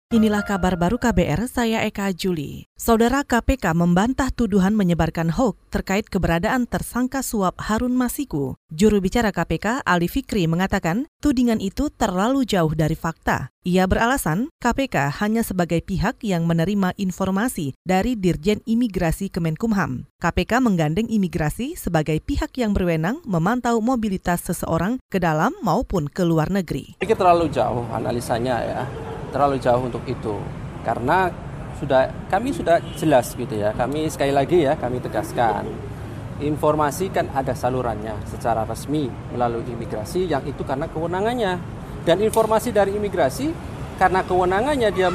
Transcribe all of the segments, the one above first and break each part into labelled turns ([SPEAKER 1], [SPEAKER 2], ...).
[SPEAKER 1] Inilah kabar baru KBR, saya Eka Juli. Saudara KPK membantah tuduhan menyebarkan hoax terkait keberadaan tersangka suap Harun Masiku. Juru bicara KPK, Ali Fikri, mengatakan tudingan itu terlalu jauh dari fakta. Ia beralasan KPK hanya sebagai pihak yang menerima informasi dari Dirjen Imigrasi Kemenkumham. KPK menggandeng imigrasi sebagai pihak yang berwenang memantau mobilitas seseorang ke dalam maupun ke luar negeri.
[SPEAKER 2] Ini terlalu jauh analisanya ya. Terlalu jauh untuk itu, karena kami sudah jelas gitu ya, kami sekali lagi ya, kami tegaskan, informasi kan ada salurannya secara resmi melalui imigrasi yang itu karena kewenangannya, dan informasi dari imigrasi karena kewenangannya dia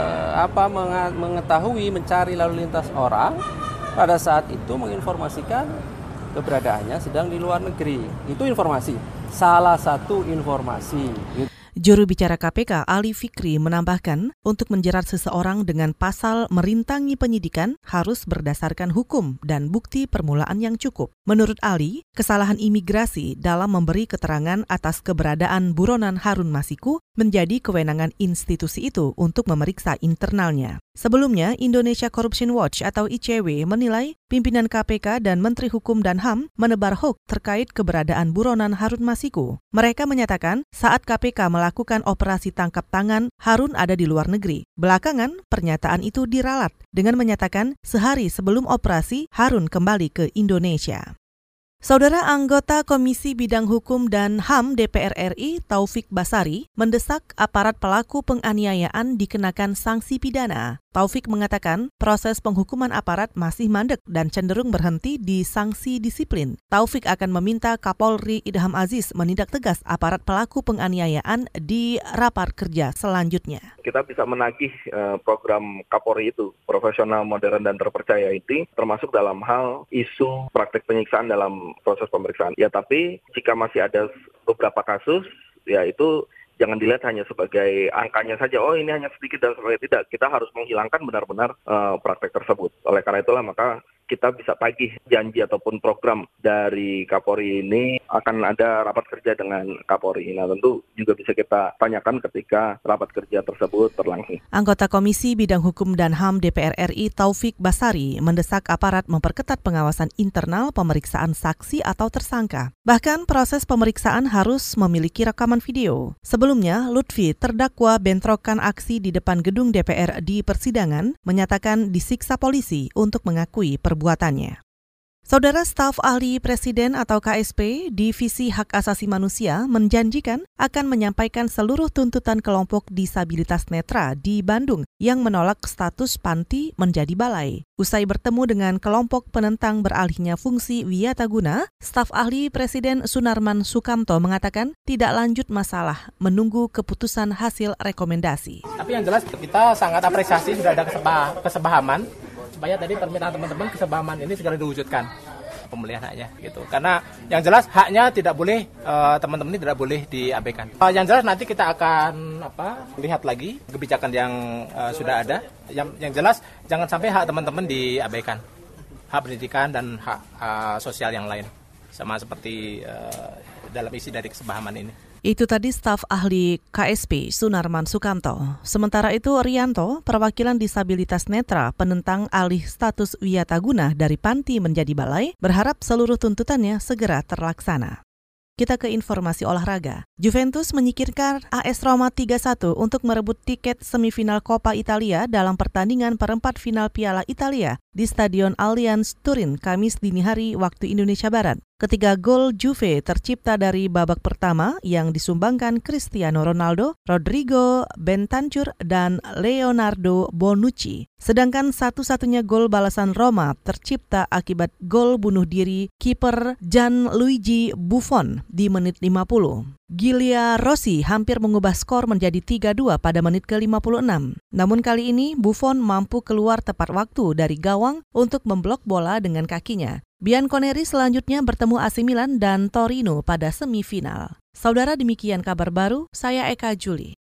[SPEAKER 2] mengetahui, mencari lalu lintas orang, pada saat itu menginformasikan keberadaannya sedang di luar negeri, itu informasi, salah satu informasi.
[SPEAKER 1] Juru bicara KPK, Ali Fikri, menambahkan, untuk menjerat seseorang dengan pasal merintangi penyidikan harus berdasarkan hukum dan bukti permulaan yang cukup. Menurut Ali, kesalahan imigrasi dalam memberi keterangan atas keberadaan buronan Harun Masiku menjadi kewenangan institusi itu untuk memeriksa internalnya. Sebelumnya, Indonesia Corruption Watch atau ICW menilai pimpinan KPK dan Menteri Hukum dan HAM menebar hoax terkait keberadaan buronan Harun Masiku. Mereka menyatakan saat KPK melakukan operasi tangkap tangan, Harun ada di luar negeri. Belakangan, pernyataan itu diralat dengan menyatakan sehari sebelum operasi, Harun kembali ke Indonesia. Saudara anggota Komisi Bidang Hukum dan HAM DPR RI, Taufik Basari, mendesak aparat pelaku penganiayaan dikenakan sanksi pidana. Taufik mengatakan proses penghukuman aparat masih mandek dan cenderung berhenti di sanksi disiplin. Taufik akan meminta Kapolri Idham Aziz menindak tegas aparat pelaku penganiayaan di rapat kerja selanjutnya.
[SPEAKER 3] Kita bisa menagih program Kapolri itu, profesional, modern, dan terpercaya ini, termasuk dalam hal isu praktek penyiksaan dalam proses pemeriksaan. Ya, tapi jika masih ada beberapa kasus, ya itu jangan dilihat hanya sebagai angkanya saja, oh ini hanya sedikit dan sebagainya. Tidak, kita harus menghilangkan benar-benar praktek tersebut. Oleh karena itulah maka kita bisa tagih janji ataupun program dari Kapolri ini akan ada rapat kerja dengan Kapolri. Nah tentu juga bisa kita tanyakan ketika rapat kerja tersebut berlangsung.
[SPEAKER 1] Anggota Komisi Bidang Hukum dan HAM DPR RI Taufik Basari mendesak aparat memperketat pengawasan internal pemeriksaan saksi atau tersangka. Bahkan proses pemeriksaan harus memiliki rekaman video. Sebelumnya, Lutfi, terdakwa bentrokan aksi di depan gedung DPR di persidangan, menyatakan disiksa polisi untuk mengakui perbuatannya. Saudara staf ahli Presiden atau KSP Divisi Hak Asasi Manusia menjanjikan akan menyampaikan seluruh tuntutan kelompok disabilitas netra di Bandung yang menolak status panti menjadi balai. Usai bertemu dengan kelompok penentang beralihnya fungsi Wiataguna, staf ahli Presiden Sunarman Sukamto mengatakan tidak lanjut masalah menunggu keputusan hasil rekomendasi.
[SPEAKER 4] Tapi yang jelas kita sangat apresiasi sudah ada kesepahaman supaya tadi permintaan teman-teman kesepahaman ini segera diwujudkan pemulihan haknya gitu. Karena yang jelas haknya tidak boleh teman-teman ini tidak boleh diabaikan. Yang jelas nanti kita akan lihat lagi kebijakan yang sudah ada. Yang jelas jangan sampai hak teman-teman diabaikan. Hak pendidikan dan hak sosial yang lain. Sama seperti dalam isi dari kesepahaman ini.
[SPEAKER 1] Itu tadi staf ahli KSP Sunarman Sukamto. Sementara itu Rianto, perwakilan disabilitas netra penentang alih status Wiataguna dari panti menjadi balai, berharap seluruh tuntutannya segera terlaksana. Kita ke informasi olahraga. Juventus menyingkirkan AS Roma 3-1 untuk merebut tiket semifinal Coppa Italia dalam pertandingan perempat final Piala Italia di Stadion Allianz Turin Kamis dini hari waktu Indonesia Barat. Ketiga gol Juve tercipta dari babak pertama yang disumbangkan Cristiano Ronaldo, Rodrigo Bentancur, dan Leonardo Bonucci. Sedangkan satu-satunya gol balasan Roma tercipta akibat gol bunuh diri kiper Gianluigi Buffon di menit 50. Gilia Rossi hampir mengubah skor menjadi 3-2 pada menit ke-56. Namun kali ini Buffon mampu keluar tepat waktu dari gawang untuk memblok bola dengan kakinya. Bianconeri selanjutnya bertemu AC Milan dan Torino pada semifinal. Saudara, demikian kabar baru, saya Eka Juli.